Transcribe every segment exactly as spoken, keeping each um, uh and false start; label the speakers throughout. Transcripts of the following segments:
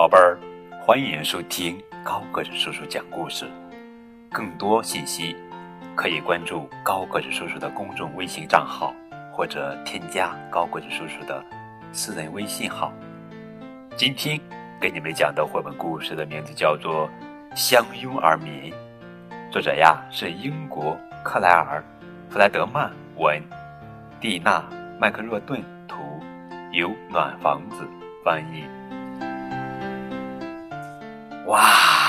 Speaker 1: 宝贝儿，欢迎收听高个子叔叔讲故事。更多信息可以关注高个子叔叔的公众微信账号，或者添加高个子叔叔的私人微信号。今天给你们讲的绘本故事的名字叫做《相拥而眠》，作者呀是英国克莱尔·弗莱德曼文，蒂娜·麦克若顿图，由暖房子翻译。哇，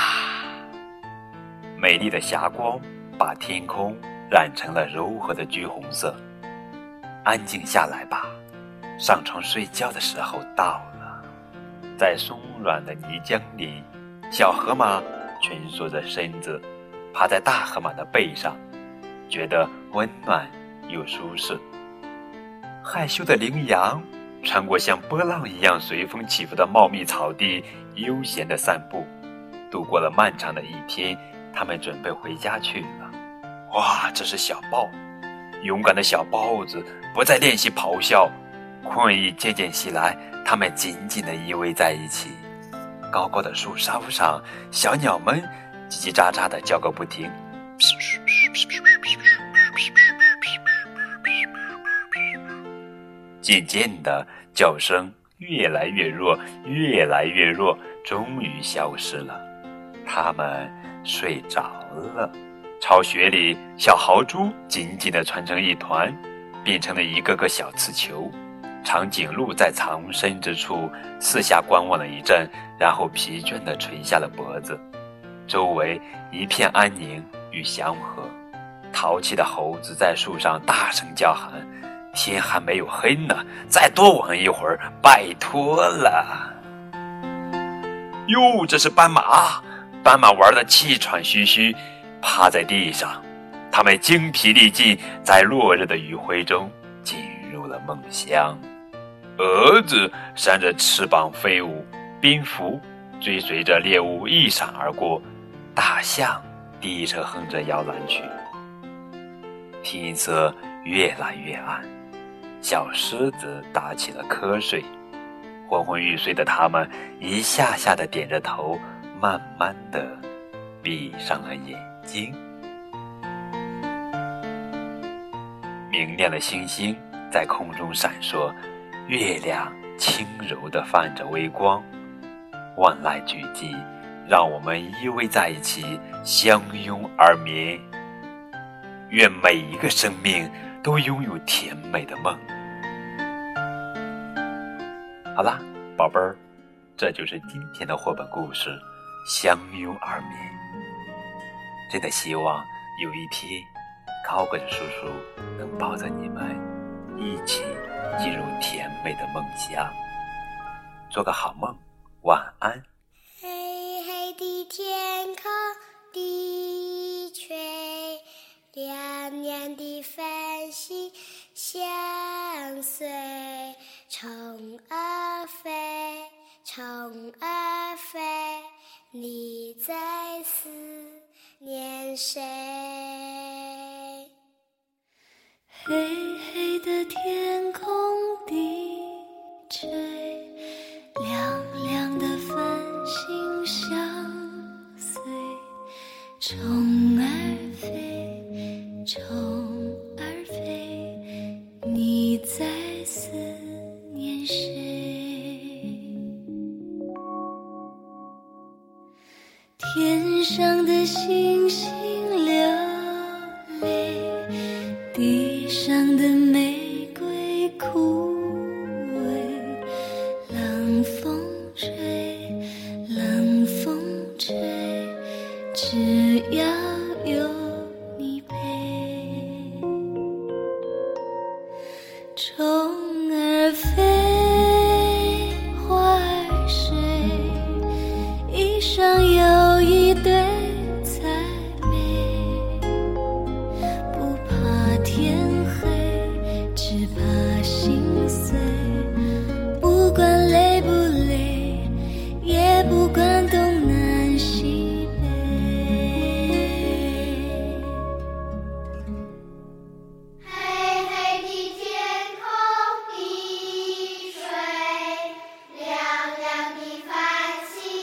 Speaker 1: 美丽的霞光把天空染成了柔和的橘红色。安静下来吧，上床睡觉的时候到了。在松软的泥浆里，小河马蜷缩着身子，趴在大河马的背上，觉得温暖又舒适。害羞的羚羊穿过像波浪一样随风起伏的茂密草地，悠闲地散步。度过了漫长的一天，他们准备回家去了。哇，这是小豹，勇敢的小豹子不再练习咆哮，困意渐渐袭来，他们紧紧地依偎在一起。高高的树梢上，小鸟们叽叽喳喳地叫个不停。渐渐的，叫声越来越弱，越来越弱，终于消失了。他们睡着了。巢穴里，小豪猪紧紧地缠成一团，变成了一个个小刺球。长颈鹿在藏身之处四下观望了一阵，然后疲倦地垂下了脖子。周围一片安宁与祥和。淘气的猴子在树上大声叫喊：天还没有黑呢，再多玩一会儿，拜托了。哟，这是斑马，斑马玩得气喘吁吁，趴在地上。它们精疲力尽，在落日的余晖中进入了梦乡。蛾子扇着翅膀飞舞，蝙蝠追随着猎物一闪而过，大象低声哼着摇篮曲。天色越来越暗，小狮子打起了瞌睡。昏昏欲睡的他们一下下地点着头，慢慢地闭上了眼睛。明亮的星星在空中闪烁，月亮轻柔地泛着微光。万籁俱寂，让我们依偎在一起，相拥而眠。愿每一个生命都拥有甜美的梦。好啦，宝贝儿，这就是今天的绘本故事《相拥而眠》。真的希望有一天，高个子叔叔能抱着你们一起进入甜美的梦乡。做个好梦，晚安。
Speaker 2: 黑黑的天空低垂，亮亮的繁星相随，虫儿飞，虫儿飞，你在思念谁？
Speaker 3: 黑黑的天空低垂，亮亮的繁星相随，虫儿飞，虫儿飞，你在思念谁？天上的星星流泪，地上的玫瑰枯萎，冷风吹，冷风吹，只要有你陪。虫儿飞，花儿睡，一双又一对才美，不怕天黑，只怕心碎，不管累不累，也不管东南西北。
Speaker 2: 黑黑的天空低垂，亮亮的繁星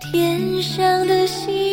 Speaker 3: 天上的星